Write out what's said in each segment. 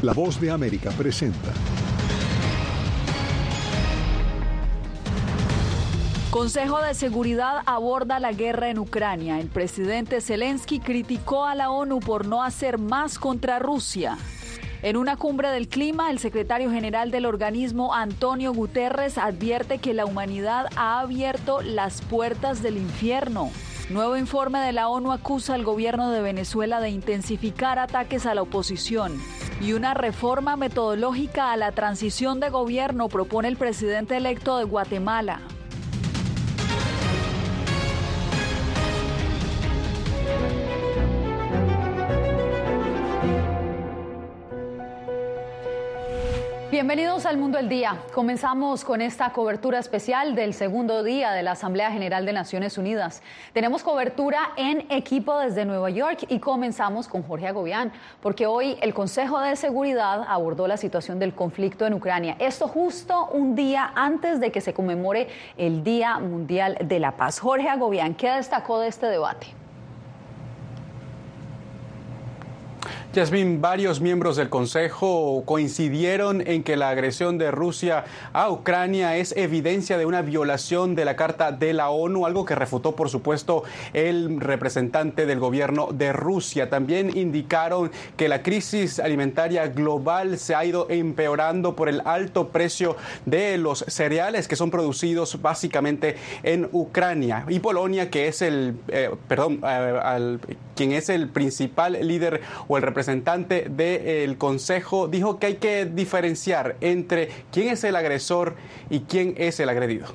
La Voz de América presenta. Consejo de Seguridad aborda la guerra en Ucrania. El presidente Zelensky criticó a la ONU por no hacer más contra Rusia. En una cumbre del clima, el secretario general del organismo, Antonio Guterres, advierte que la humanidad ha abierto las puertas del infierno. Nuevo informe de la ONU acusa al gobierno de Venezuela de intensificar ataques a la oposición. Y una reforma metodológica a la transición de gobierno propone el presidente electo de Guatemala. Bienvenidos al Mundo al Día. Comenzamos con esta cobertura especial del segundo día de la Asamblea General de Naciones Unidas. Tenemos cobertura en equipo desde Nueva York y comenzamos con Jorge Agobián, porque hoy el Consejo de Seguridad abordó la situación del conflicto en Ucrania. Esto justo un día antes de que se conmemore el Día Mundial de la Paz. Jorge Agobián, ¿qué destacó de este debate? Yasmín, varios miembros del Consejo coincidieron en que la agresión de Rusia a Ucrania es evidencia de una violación de la Carta de la ONU, algo que refutó, por supuesto, el representante del gobierno de Rusia. También indicaron que la crisis alimentaria global se ha ido empeorando por el alto precio de los cereales que son producidos básicamente en Ucrania. Y Polonia, que es quien es el principal líder o el representante del Consejo, dijo que hay que diferenciar entre quién es el agresor y quién es el agredido.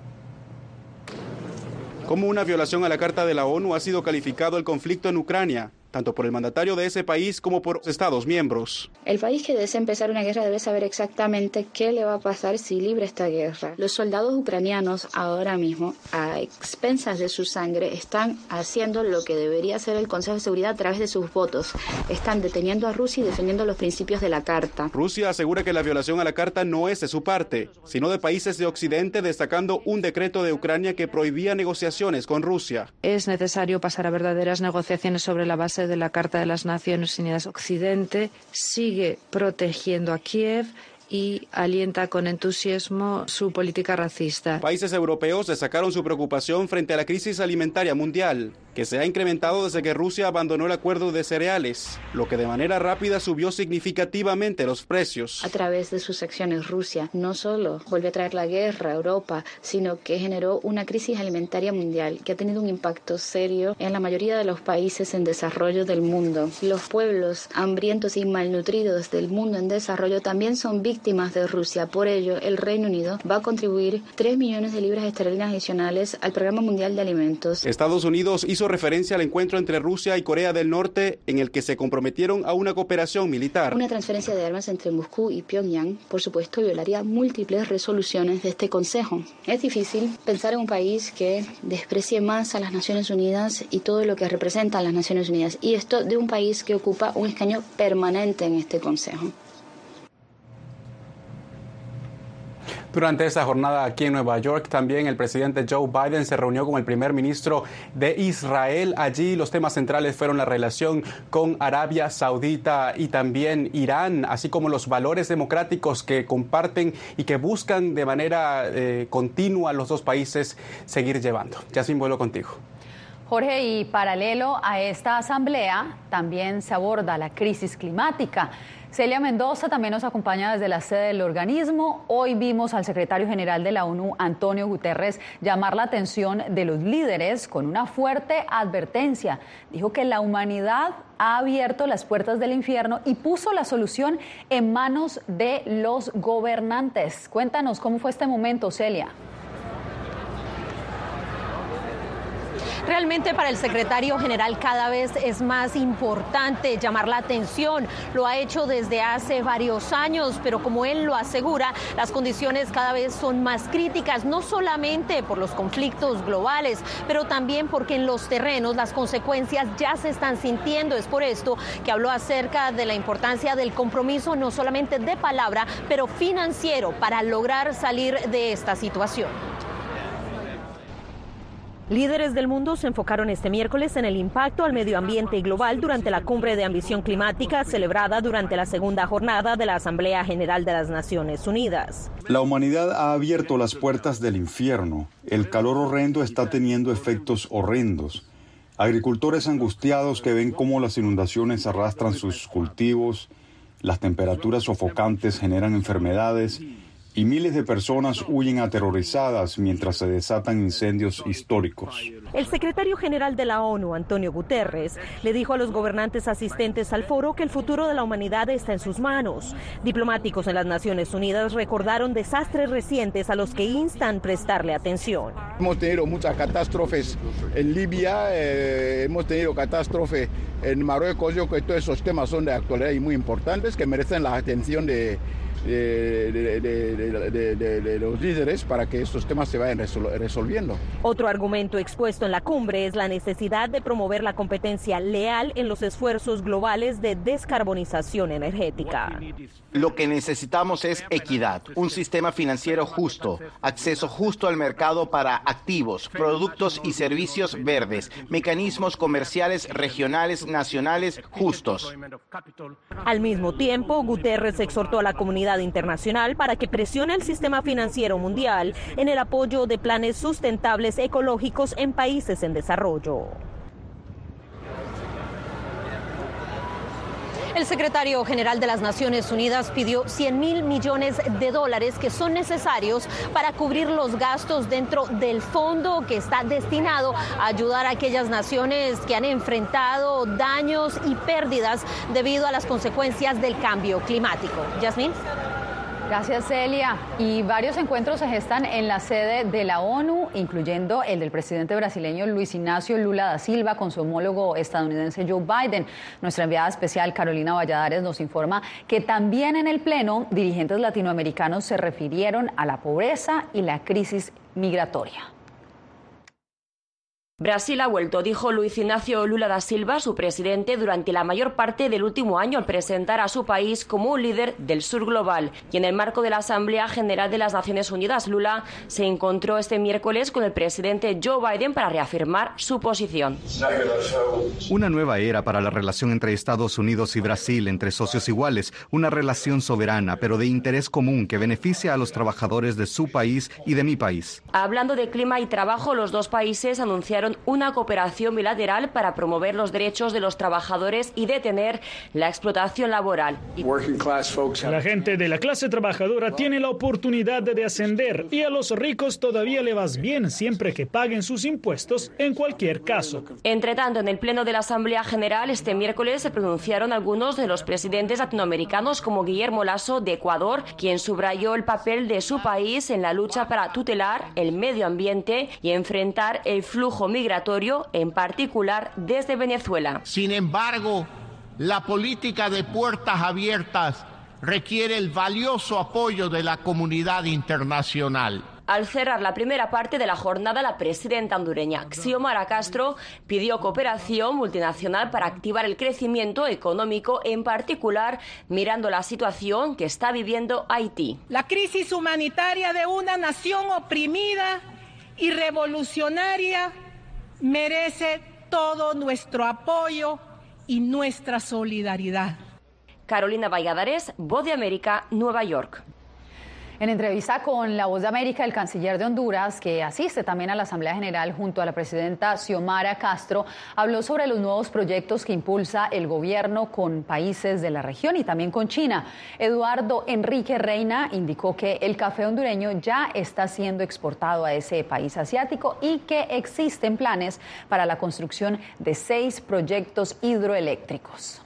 Como una violación a la Carta de la ONU ha sido calificado el conflicto en Ucrania, tanto por el mandatario de ese país como por los Estados miembros. El país que desea empezar una guerra debe saber exactamente qué le va a pasar si libra esta guerra. Los soldados ucranianos ahora mismo, a expensas de su sangre, están haciendo lo que debería hacer el Consejo de Seguridad a través de sus votos. Están deteniendo a Rusia y defendiendo los principios de la Carta. Rusia asegura que la violación a la Carta no es de su parte, sino de países de Occidente, destacando un decreto de Ucrania que prohibía negociaciones con Rusia. Es necesario pasar a verdaderas negociaciones sobre la base de la Carta de las Naciones Unidas. Occidente sigue protegiendo a Kiev y alienta con entusiasmo su política racista. Países europeos destacaron su preocupación frente a la crisis alimentaria mundial, que se ha incrementado desde que Rusia abandonó el acuerdo de cereales, lo que de manera rápida subió significativamente los precios. A través de sus acciones, Rusia no solo volvió a traer la guerra a Europa, sino que generó una crisis alimentaria mundial que ha tenido un impacto serio en la mayoría de los países en desarrollo del mundo. Los pueblos hambrientos y malnutridos del mundo en desarrollo también son víctimas de Rusia. Por ello, el Reino Unido va a contribuir 3 millones de libras esterlinas adicionales al Programa Mundial de Alimentos. Estados Unidos hizo referencia al encuentro entre Rusia y Corea del Norte, en el que se comprometieron a una cooperación militar. Una transferencia de armas entre Moscú y Pyongyang, por supuesto, violaría múltiples resoluciones de este Consejo. Es difícil pensar en un país que desprecie más a las Naciones Unidas y todo lo que representan las Naciones Unidas, y esto de un país que ocupa un escaño permanente en este Consejo. Durante esta jornada aquí en Nueva York, también el presidente Joe Biden se reunió con el primer ministro de Israel. Allí los temas centrales fueron la relación con Arabia Saudita y también Irán, así como los valores democráticos que comparten y que buscan de manera continua los dos países seguir llevando. Yasmín, vuelvo contigo. Jorge, y paralelo a esta asamblea también se aborda la crisis climática. Celia Mendoza también nos acompaña desde la sede del organismo. Hoy vimos al secretario general de la ONU, Antonio Guterres, llamar la atención de los líderes con una fuerte advertencia. Dijo que la humanidad ha abierto las puertas del infierno y puso la solución en manos de los gobernantes. Cuéntanos cómo fue este momento, Celia. Realmente para el secretario general cada vez es más importante llamar la atención. Lo ha hecho desde hace varios años, pero como él lo asegura, las condiciones cada vez son más críticas, no solamente por los conflictos globales, pero también porque en los terrenos las consecuencias ya se están sintiendo. Es por esto que habló acerca de la importancia del compromiso, no solamente de palabra, pero financiero, para lograr salir de esta situación. Líderes del mundo se enfocaron este miércoles en el impacto al medio ambiente global durante la cumbre de ambición climática celebrada durante la segunda jornada de la Asamblea General de las Naciones Unidas. La humanidad ha abierto las puertas del infierno. El calor horrendo está teniendo efectos horrendos. Agricultores angustiados que ven cómo las inundaciones arrastran sus cultivos, las temperaturas sofocantes generan enfermedades y miles de personas huyen aterrorizadas mientras se desatan incendios históricos. El secretario general de la ONU, Antonio Guterres, le dijo a los gobernantes asistentes al foro que el futuro de la humanidad está en sus manos. Diplomáticos en las Naciones Unidas recordaron desastres recientes a los que instan prestarle atención. Hemos tenido muchas catástrofes en Libia, hemos tenido catástrofe en Marruecos. Yo creo que todos esos temas son de actualidad y muy importantes que merecen la atención de los líderes para que estos temas se vayan resolviendo. Otro argumento expuesto en la cumbre es la necesidad de promover la competencia leal en los esfuerzos globales de descarbonización energética. Lo que necesitamos es equidad, un sistema financiero justo, acceso justo al mercado para activos, productos y servicios verdes, mecanismos comerciales regionales, nacionales justos. Al mismo tiempo, Guterres exhortó a la comunidad internacional para que presione al sistema financiero mundial en el apoyo de planes sustentables ecológicos en países en desarrollo. El secretario general de las Naciones Unidas pidió $100.000 millones que son necesarios para cubrir los gastos dentro del fondo que está destinado a ayudar a aquellas naciones que han enfrentado daños y pérdidas debido a las consecuencias del cambio climático. Yasmín. Gracias, Celia. Y varios encuentros se gestan en la sede de la ONU, incluyendo el del presidente brasileño Luis Ignacio Lula da Silva con su homólogo estadounidense Joe Biden. Nuestra enviada especial Carolina Valladares nos informa que también en el Pleno dirigentes latinoamericanos se refirieron a la pobreza y la crisis migratoria. Brasil ha vuelto, dijo Luis Ignacio Lula da Silva, su presidente, durante la mayor parte del último año al presentar a su país como un líder del sur global. Y en el marco de la Asamblea General de las Naciones Unidas, Lula se encontró este miércoles con el presidente Joe Biden para reafirmar su posición. Una nueva era para la relación entre Estados Unidos y Brasil, entre socios iguales, una relación soberana, pero de interés común que beneficia a los trabajadores de su país y de mi país. Hablando de clima y trabajo, los dos países anunciaron una cooperación bilateral para promover los derechos de los trabajadores y detener la explotación laboral. La gente de la clase trabajadora tiene la oportunidad de ascender y a los ricos todavía le va bien siempre que paguen sus impuestos en cualquier caso. Entre tanto, en el Pleno de la Asamblea General este miércoles se pronunciaron algunos de los presidentes latinoamericanos como Guillermo Lasso de Ecuador, quien subrayó el papel de su país en la lucha para tutelar el medio ambiente y enfrentar el flujo migratorio, en particular desde Venezuela. Sin embargo, la política de puertas abiertas requiere el valioso apoyo de la comunidad internacional. Al cerrar la primera parte de la jornada, la presidenta hondureña Xiomara Castro pidió cooperación multinacional para activar el crecimiento económico, en particular mirando la situación que está viviendo Haití. La crisis humanitaria de una nación oprimida y revolucionaria merece todo nuestro apoyo y nuestra solidaridad. Carolina Valladares, Voz de América, Nueva York. En entrevista con La Voz de América, el canciller de Honduras, que asiste también a la Asamblea General junto a la presidenta Xiomara Castro, habló sobre los nuevos proyectos que impulsa el gobierno con países de la región y también con China. Eduardo Enrique Reina indicó que el café hondureño ya está siendo exportado a ese país asiático y que existen planes para la construcción de 6 proyectos hidroeléctricos.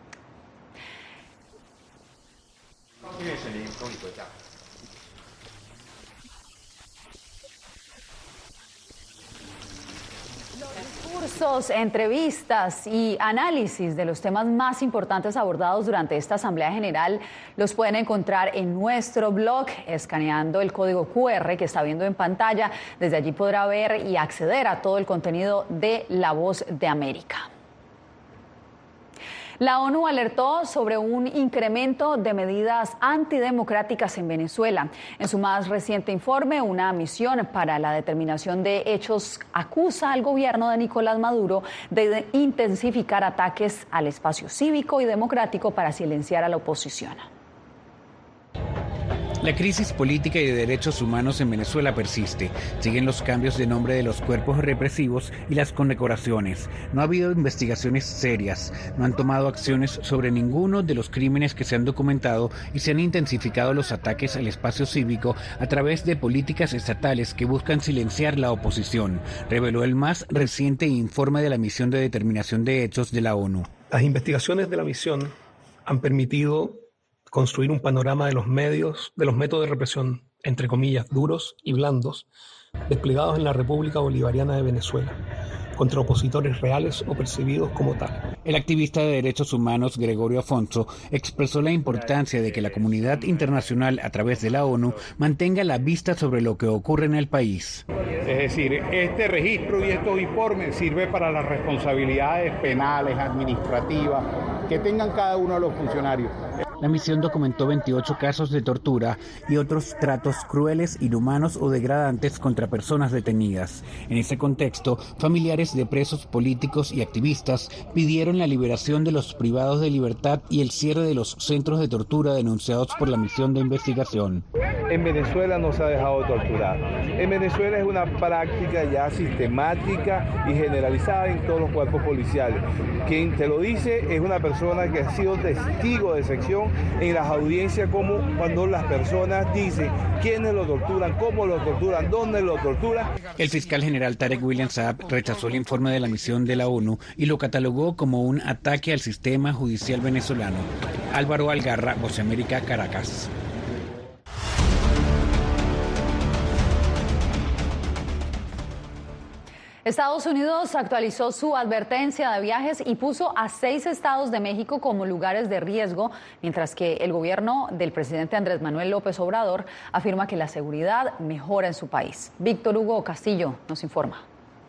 Cursos, entrevistas y análisis de los temas más importantes abordados durante esta Asamblea General los pueden encontrar en nuestro blog, escaneando el código QR que está viendo en pantalla. Desde allí podrá ver y acceder a todo el contenido de La Voz de América. La ONU alertó sobre un incremento de medidas antidemocráticas en Venezuela. En su más reciente informe, una misión para la determinación de hechos acusa al gobierno de Nicolás Maduro de intensificar ataques al espacio cívico y democrático para silenciar a la oposición. La crisis política y de derechos humanos en Venezuela persiste. Siguen los cambios de nombre de los cuerpos represivos y las condecoraciones. No ha habido investigaciones serias. No han tomado acciones sobre ninguno de los crímenes que se han documentado y se han intensificado los ataques al espacio cívico a través de políticas estatales que buscan silenciar la oposición, reveló el más reciente informe de la Misión de Determinación de Hechos de la ONU. Las investigaciones de la misión han permitido construir un panorama de los métodos de represión, entre comillas, duros y blandos, desplegados en la República Bolivariana de Venezuela, contra opositores reales o percibidos como tal. El activista de derechos humanos Gregorio Afonso expresó la importancia de que la comunidad internacional, a través de la ONU, mantenga la vista sobre lo que ocurre en el país. Es decir, este registro y estos informes sirven para las responsabilidades penales, administrativas, que tengan cada uno de los funcionarios. La misión documentó 28 casos de tortura y otros tratos crueles, inhumanos o degradantes contra personas detenidas. En ese contexto, familiares de presos políticos y activistas pidieron la liberación de los privados de libertad y el cierre de los centros de tortura denunciados por la misión de investigación. En Venezuela no se ha dejado de torturar. En Venezuela es una práctica ya sistemática y generalizada en todos los cuerpos policiales. Quien te lo dice es una persona que ha sido testigo de sección en las audiencias, como cuando las personas dicen quiénes lo torturan, cómo lo torturan, dónde lo torturan. El fiscal general Tarek William Saab rechazó el informe de la misión de la ONU y lo catalogó como un ataque al sistema judicial venezolano. Álvaro Algarra, Voz de América, Caracas. Estados Unidos actualizó su advertencia de viajes y puso a 6 estados de México como lugares de riesgo, mientras que el gobierno del presidente Andrés Manuel López Obrador afirma que la seguridad mejora en su país. Víctor Hugo Castillo nos informa.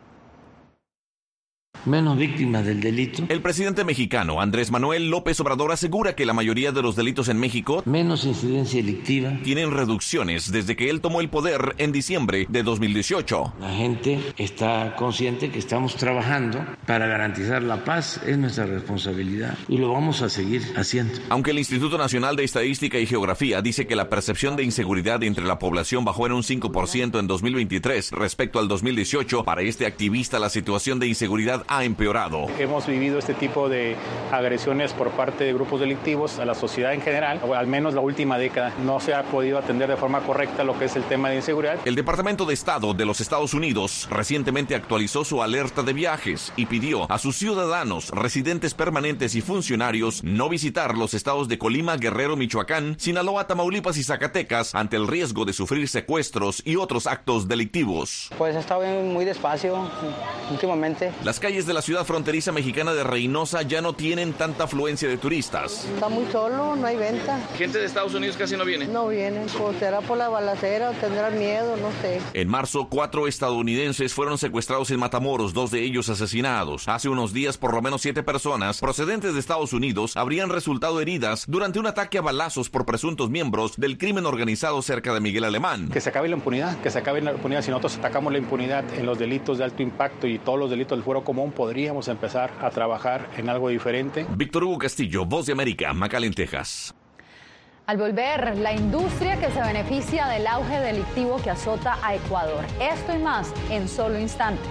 Menos víctimas del delito. El presidente mexicano Andrés Manuel López Obrador asegura que la mayoría de los delitos en México, menos incidencia delictiva, tienen reducciones desde que él tomó el poder en diciembre de 2018. La gente está consciente que estamos trabajando para garantizar la paz, es nuestra responsabilidad y lo vamos a seguir haciendo. Aunque el Instituto Nacional de Estadística y Geografía dice que la percepción de inseguridad entre la población bajó en un 5% en 2023 respecto al 2018, para este activista la situación de inseguridad ha empeorado. Hemos vivido este tipo de agresiones por parte de grupos delictivos a la sociedad en general, o al menos la última década. No se ha podido atender de forma correcta lo que es el tema de inseguridad. El Departamento de Estado de los Estados Unidos recientemente actualizó su alerta de viajes y pidió a sus ciudadanos, residentes permanentes y funcionarios no visitar los estados de Colima, Guerrero, Michoacán, Sinaloa, Tamaulipas y Zacatecas ante el riesgo de sufrir secuestros y otros actos delictivos. Pues ha estado muy despacio últimamente. Las calles de la ciudad fronteriza mexicana de Reynosa ya no tienen tanta afluencia de turistas. Está muy solo, no hay venta. ¿Gente de Estados Unidos casi no viene? No vienen, pues será por la balacera o tendrán miedo, no sé. En marzo, 4 estadounidenses fueron secuestrados en Matamoros, 2 de ellos asesinados. Hace unos días, por lo menos 7 personas procedentes de Estados Unidos habrían resultado heridas durante un ataque a balazos por presuntos miembros del crimen organizado cerca de Miguel Alemán. Que se acabe la impunidad, si nosotros atacamos la impunidad en los delitos de alto impacto y todos los delitos del fuero común, podríamos empezar a trabajar en algo diferente. Víctor Hugo Castillo, Voz de América, McAllen, Texas. Al volver, la industria que se beneficia del auge delictivo que azota a Ecuador. Esto y más en solo instantes.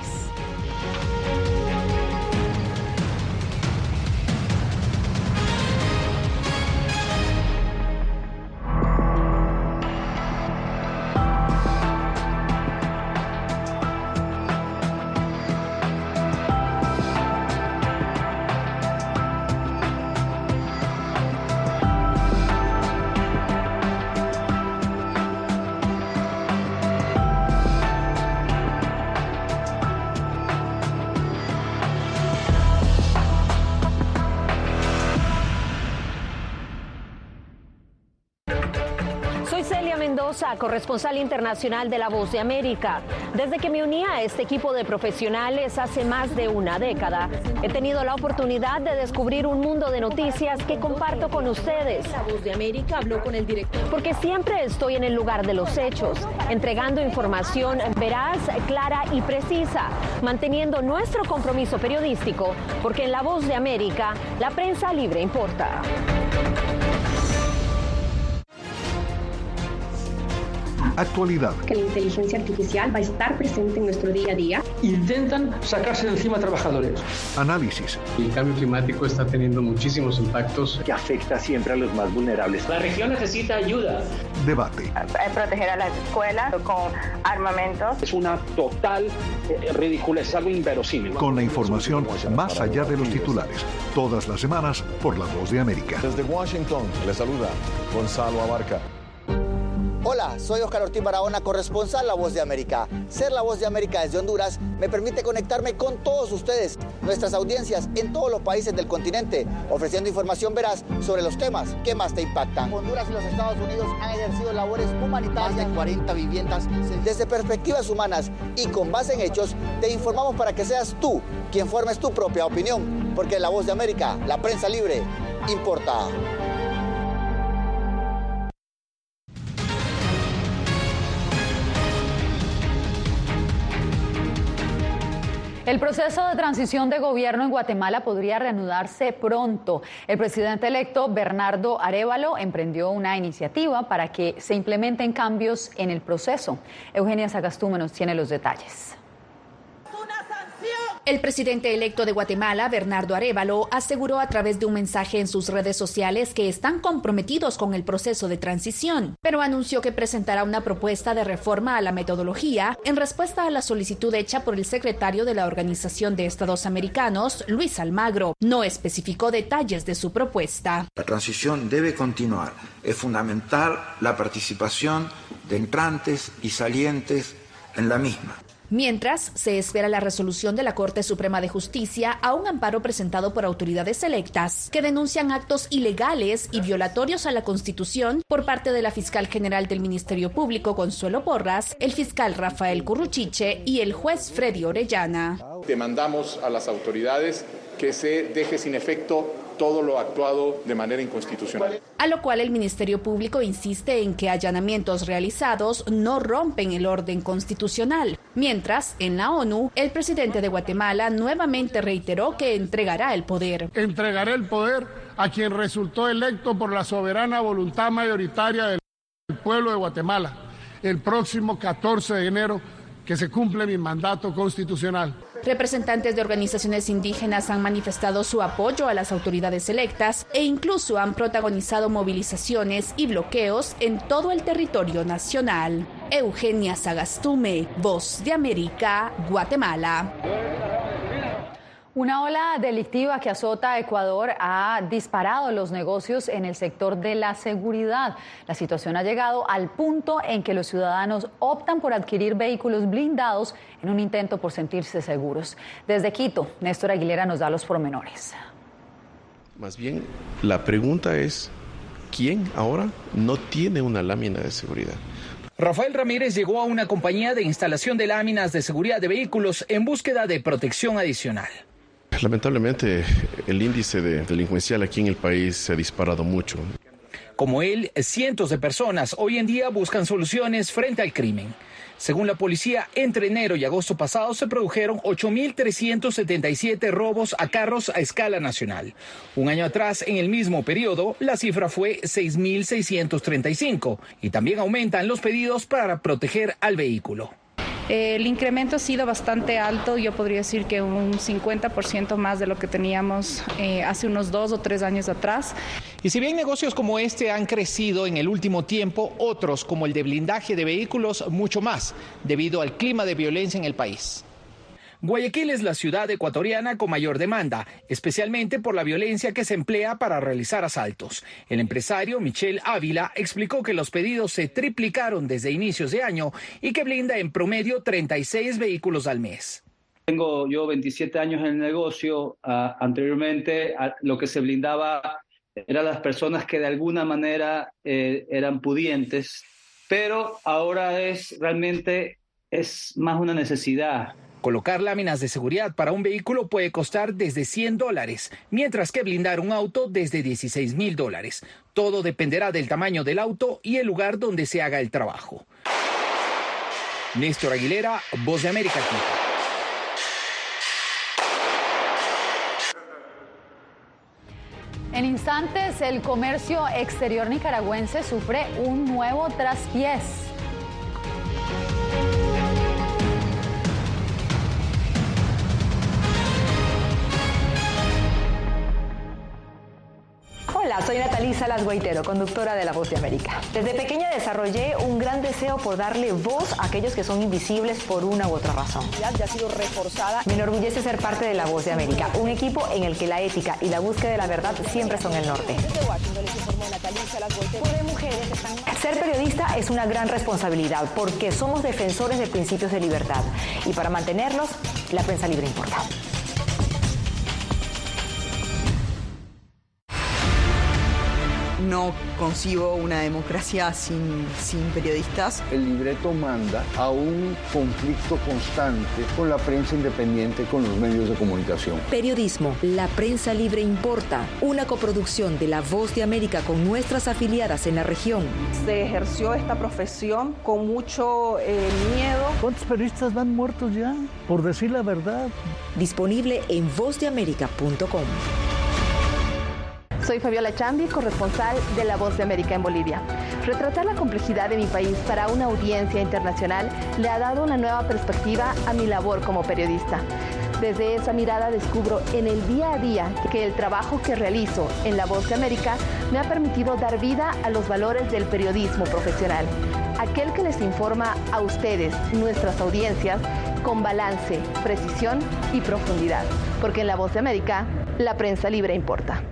Valeria Mendoza, corresponsal internacional de La Voz de América. Desde que me uní a este equipo de profesionales hace más de una década, he tenido la oportunidad de descubrir un mundo de noticias que comparto con ustedes. La Voz de América habló con el director. Porque siempre estoy en el lugar de los hechos, entregando información veraz, clara y precisa, manteniendo nuestro compromiso periodístico, porque en La Voz de América, la prensa libre importa. Actualidad. Que la inteligencia artificial va a estar presente en nuestro día a día. Intentan sacarse de encima a trabajadores. Análisis. El cambio climático está teniendo muchísimos impactos que afecta siempre a los más vulnerables. La región necesita ayuda. Debate. Proteger a las escuelas con armamentos. Es una total ridiculez, es algo inverosímil. Con la información más allá de los titulares. Todas las semanas por La Voz de América. Desde Washington, les saluda Gonzalo Abarca. Hola, soy Oscar Ortiz Barahona, corresponsal La Voz de América. Ser La Voz de América desde Honduras me permite conectarme con todos ustedes, nuestras audiencias en todos los países del continente, ofreciendo información veraz sobre los temas que más te impactan. Honduras y los Estados Unidos han ejercido labores humanitarias de 40 viviendas. Desde perspectivas humanas y con base en hechos, te informamos para que seas tú quien formes tu propia opinión, porque La Voz de América, la prensa libre, importa. El proceso de transición de gobierno en Guatemala podría reanudarse pronto. El presidente electo Bernardo Arévalo emprendió una iniciativa para que se implementen cambios en el proceso. Eugenia Sagastume nos tiene los detalles. El presidente electo de Guatemala, Bernardo Arévalo, aseguró a través de un mensaje en sus redes sociales que están comprometidos con el proceso de transición, pero anunció que presentará una propuesta de reforma a la metodología en respuesta a la solicitud hecha por el secretario de la Organización de Estados Americanos, Luis Almagro. No especificó detalles de su propuesta. La transición debe continuar. Es fundamental la participación de entrantes y salientes en la misma. Mientras, se espera la resolución de la Corte Suprema de Justicia a un amparo presentado por autoridades electas que denuncian actos ilegales y violatorios a la Constitución por parte de la fiscal general del Ministerio Público, Consuelo Porras, el fiscal Rafael Curruchiche y el juez Freddy Orellana. Demandamos a las autoridades que se deje sin efecto todo lo actuado de manera inconstitucional. A lo cual el Ministerio Público insiste en que allanamientos realizados no rompen el orden constitucional. Mientras, en la ONU, el presidente de Guatemala nuevamente reiteró que entregará el poder. Entregaré el poder a quien resultó electo por la soberana voluntad mayoritaria del pueblo de Guatemala, el próximo 14 de enero, que se cumple mi mandato constitucional. Representantes de organizaciones indígenas han manifestado su apoyo a las autoridades electas e incluso han protagonizado movilizaciones y bloqueos en todo el territorio nacional. Eugenia Sagastume, Voz de América, Guatemala. Una ola delictiva que azota a Ecuador ha disparado los negocios en el sector de la seguridad. La situación ha llegado al punto en que los ciudadanos optan por adquirir vehículos blindados en un intento por sentirse seguros. Desde Quito, Néstor Aguilera nos da los pormenores. Más bien, la pregunta es, ¿quién ahora no tiene una lámina de seguridad? Rafael Ramírez llegó a una compañía de instalación de láminas de seguridad de vehículos en búsqueda de protección adicional. Lamentablemente, el índice delincuencial aquí en el país se ha disparado mucho. Como él, cientos de personas hoy en día buscan soluciones frente al crimen. Según la policía, entre enero y agosto pasado se produjeron 8.377 robos a carros a escala nacional. Un año atrás, en el mismo periodo, la cifra fue 6.635 y también aumentan los pedidos para proteger al vehículo. El incremento ha sido bastante alto, yo podría decir que un 50% más de lo que teníamos hace unos 2 o 3 años atrás. Y si bien negocios como este han crecido en el último tiempo, otros como el de blindaje de vehículos mucho más, debido al clima de violencia en el país. Guayaquil es la ciudad ecuatoriana con mayor demanda, especialmente por la violencia que se emplea para realizar asaltos. El empresario Michel Ávila explicó que los pedidos se triplicaron desde inicios de año y que blinda en promedio 36 vehículos al mes. Tengo yo 27 años en el negocio. Anteriormente lo que se blindaba eran las personas que de alguna manera eran pudientes, pero ahora realmente es más una necesidad. Colocar láminas de seguridad para un vehículo puede costar desde $100, mientras que blindar un auto desde $16,000. Todo dependerá del tamaño del auto y el lugar donde se haga el trabajo. Néstor Aguilera, Voz de América. En instantes, el comercio exterior nicaragüense sufre un nuevo traspiés. Hola, soy Natalí Salas Guaitero, conductora de La Voz de América. Desde pequeña desarrollé un gran deseo por darle voz a aquellos que son invisibles por una u otra razón. Ya ha sido reforzada. Me enorgullece ser parte de La Voz de América, un equipo en el que la ética y la búsqueda de la verdad siempre son el norte. Desde Washington les informó Natalí Salas Guaitero. Ser periodista es una gran responsabilidad porque somos defensores de principios de libertad y para mantenerlos, la prensa libre importa. No concibo una democracia sin periodistas. El libreto manda a un conflicto constante con la prensa independiente, con los medios de comunicación. Periodismo, la prensa libre importa. Una coproducción de La Voz de América con nuestras afiliadas en la región. Se ejerció esta profesión con mucho miedo. ¿Cuántos periodistas van muertos ya por decir la verdad? Disponible en vozdeamerica.com. Soy Fabiola Chambi, corresponsal de La Voz de América en Bolivia. Retratar la complejidad de mi país para una audiencia internacional le ha dado una nueva perspectiva a mi labor como periodista. Desde esa mirada descubro en el día a día que el trabajo que realizo en La Voz de América me ha permitido dar vida a los valores del periodismo profesional. Aquel que les informa a ustedes, nuestras audiencias, con balance, precisión y profundidad. Porque en La Voz de América, la prensa libre importa.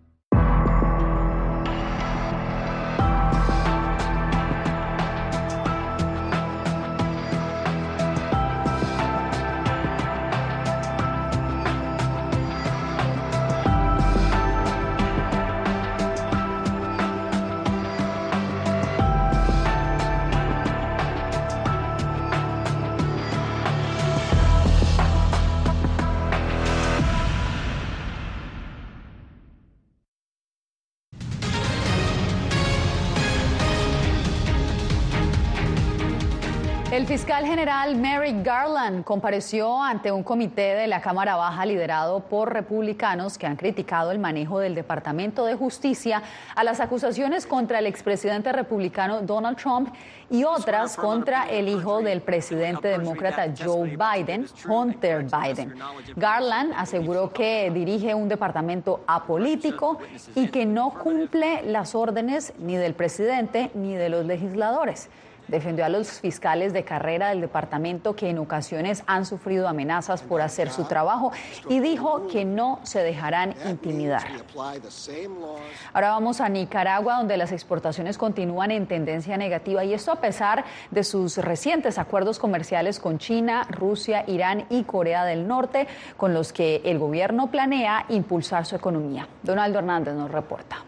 El fiscal general Merrick Garland compareció ante un comité de la Cámara Baja liderado por republicanos que han criticado el manejo del Departamento de Justicia a las acusaciones contra el expresidente republicano Donald Trump y otras contra el hijo del presidente demócrata Joe Biden, Hunter Biden. Garland aseguró que dirige un departamento apolítico y que no cumple las órdenes ni del presidente ni de los legisladores. Defendió a los fiscales de carrera del departamento que en ocasiones han sufrido amenazas por hacer su trabajo y dijo que no se dejarán intimidar. Ahora vamos a Nicaragua, donde las exportaciones continúan en tendencia negativa y esto a pesar de sus recientes acuerdos comerciales con China, Rusia, Irán y Corea del Norte, con los que el gobierno planea impulsar su economía. Donaldo Hernández nos reporta.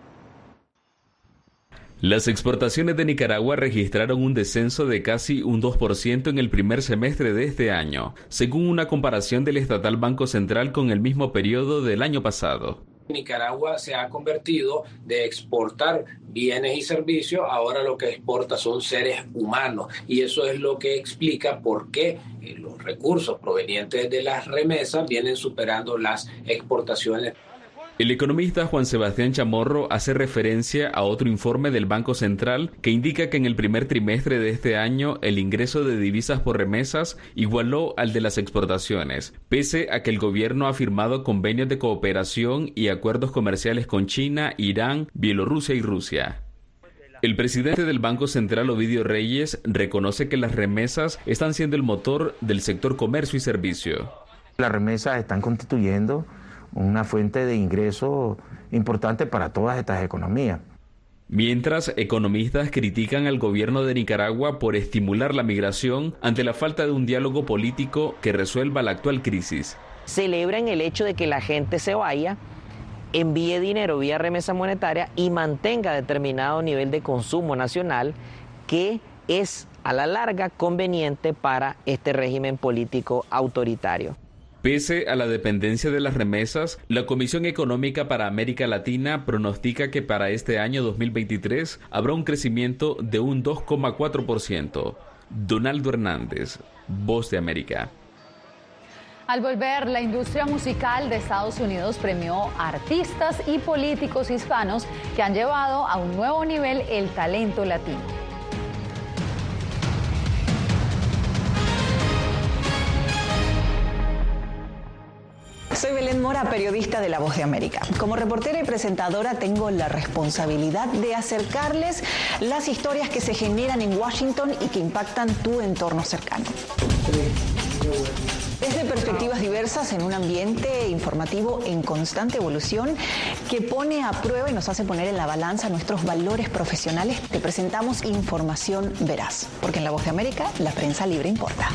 Las exportaciones de Nicaragua registraron un descenso de casi un 2% en el primer semestre de este año, según una comparación del estatal Banco Central con el mismo periodo del año pasado. Nicaragua se ha convertido de exportar bienes y servicios, ahora lo que exporta son seres humanos y eso es lo que explica por qué los recursos provenientes de las remesas vienen superando las exportaciones. El economista Juan Sebastián Chamorro hace referencia a otro informe del Banco Central que indica que en el primer trimestre de este año el ingreso de divisas por remesas igualó al de las exportaciones, pese a que el gobierno ha firmado convenios de cooperación y acuerdos comerciales con China, Irán, Bielorrusia y Rusia. El presidente del Banco Central, Ovidio Reyes, reconoce que las remesas están siendo el motor del sector comercio y servicio. Las remesas están constituyendo una fuente de ingreso importante para todas estas economías. Mientras, economistas critican al gobierno de Nicaragua por estimular la migración ante la falta de un diálogo político que resuelva la actual crisis. Celebran el hecho de que la gente se vaya, envíe dinero vía remesa monetaria y mantenga determinado nivel de consumo nacional que es a la larga conveniente para este régimen político autoritario. Pese a la dependencia de las remesas, la Comisión Económica para América Latina pronostica que para este año 2023 habrá un crecimiento de un 2,4%. Donaldo Hernández, Voz de América. Al volver, la industria musical de Estados Unidos premió a artistas y políticos hispanos que han llevado a un nuevo nivel el talento latino. Soy Belén Mora, periodista de La Voz de América. Como reportera y presentadora tengo la responsabilidad de acercarles las historias que se generan en Washington y que impactan tu entorno cercano. Desde perspectivas diversas en un ambiente informativo en constante evolución que pone a prueba y nos hace poner en la balanza nuestros valores profesionales, te presentamos información veraz, porque en La Voz de América la prensa libre importa.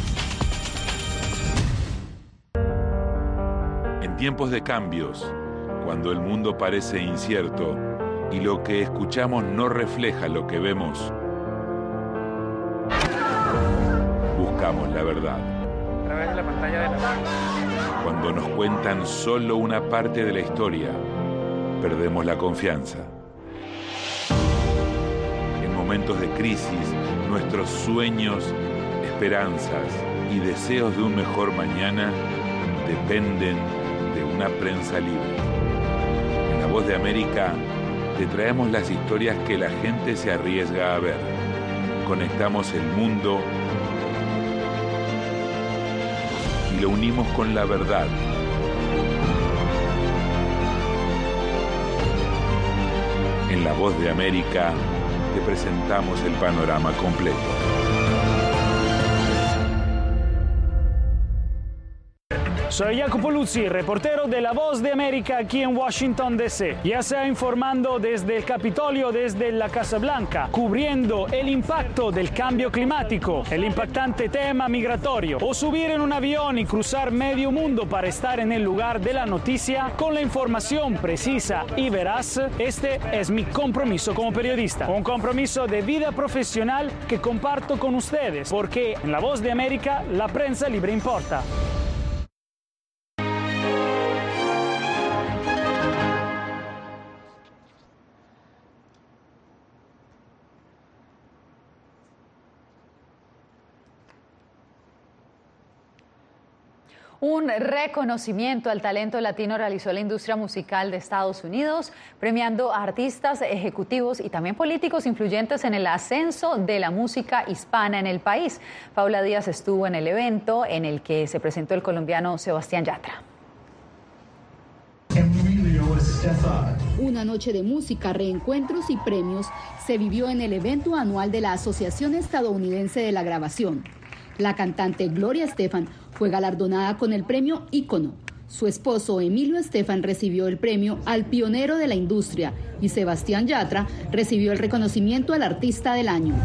En tiempos de cambios, cuando el mundo parece incierto y lo que escuchamos no refleja lo que vemos, buscamos la verdad. A través de la pantalla de la... Cuando nos cuentan solo una parte de la historia, perdemos la confianza. En momentos de crisis, nuestros sueños, esperanzas y deseos de un mejor mañana dependen de una prensa libre. En La Voz de América te traemos las historias que la gente se arriesga a ver. Conectamos el mundo y lo unimos con la verdad. En La Voz de América te presentamos el panorama completo. Soy Jacopo Luzzi, reportero de La Voz de América aquí en Washington, D.C. Ya sea informando desde el Capitolio, desde la Casa Blanca, cubriendo el impacto del cambio climático, el impactante tema migratorio, o subir en un avión y cruzar medio mundo para estar en el lugar de la noticia con la información precisa y veraz, este es mi compromiso como periodista. Un compromiso de vida profesional que comparto con ustedes, porque en La Voz de América la prensa libre importa. Un reconocimiento al talento latino realizó la industria musical de Estados Unidos, premiando a artistas, ejecutivos y también políticos influyentes en el ascenso de la música hispana en el país. Paula Díaz estuvo en el evento en el que se presentó el colombiano Sebastián Yatra. Una noche de música, reencuentros y premios se vivió en el evento anual de la Asociación Estadounidense de la Grabación. La cantante Gloria Estefan fue galardonada con el premio Ícono. Su esposo Emilio Estefan recibió el premio al pionero de la industria y Sebastián Yatra recibió el reconocimiento al artista del año.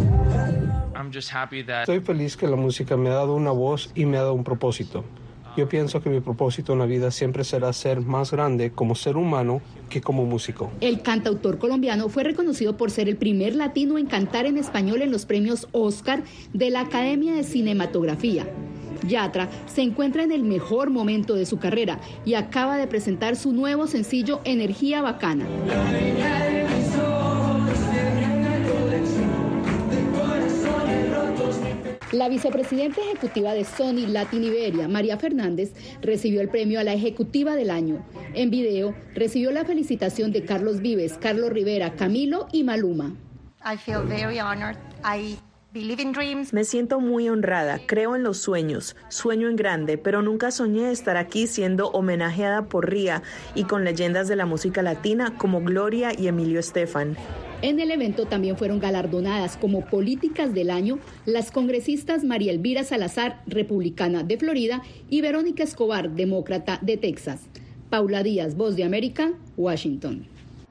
Estoy feliz que la música me ha dado una voz y me ha dado un propósito. Yo pienso que mi propósito en la vida siempre será ser más grande como ser humano que como músico. El cantautor colombiano fue reconocido por ser el primer latino en cantar en español en los premios Oscar de la Academia de Cinematografía. Yatra se encuentra en el mejor momento de su carrera y acaba de presentar su nuevo sencillo Energía Bacana. La vicepresidenta ejecutiva de Sony Latin Iberia, María Fernández, recibió el premio a la ejecutiva del año. En video, recibió la felicitación de Carlos Vives, Carlos Rivera, Camilo y Maluma. Me siento muy honrada, creo en los sueños, sueño en grande, pero nunca soñé estar aquí siendo homenajeada por Ría y con leyendas de la música latina como Gloria y Emilio Estefan. En el evento también fueron galardonadas como políticas del año las congresistas María Elvira Salazar, republicana de Florida, y Verónica Escobar, demócrata de Texas. Paula Díaz, Voz de América, Washington.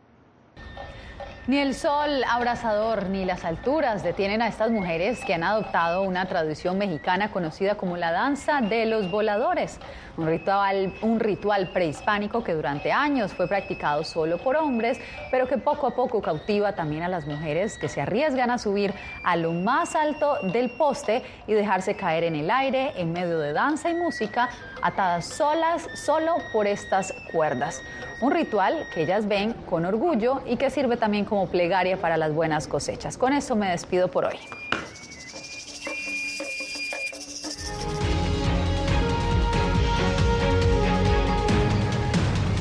Ni el sol abrasador ni las alturas detienen a estas mujeres que han adoptado una tradición mexicana conocida como la danza de los voladores. un ritual prehispánico que durante años fue practicado solo por hombres, pero que poco a poco cautiva también a las mujeres que se arriesgan a subir a lo más alto del poste y dejarse caer en el aire en medio de danza y música, atadas solas solo por estas cuerdas. Un ritual que ellas ven con orgullo y que sirve también como plegaria para las buenas cosechas. Con eso me despido por hoy.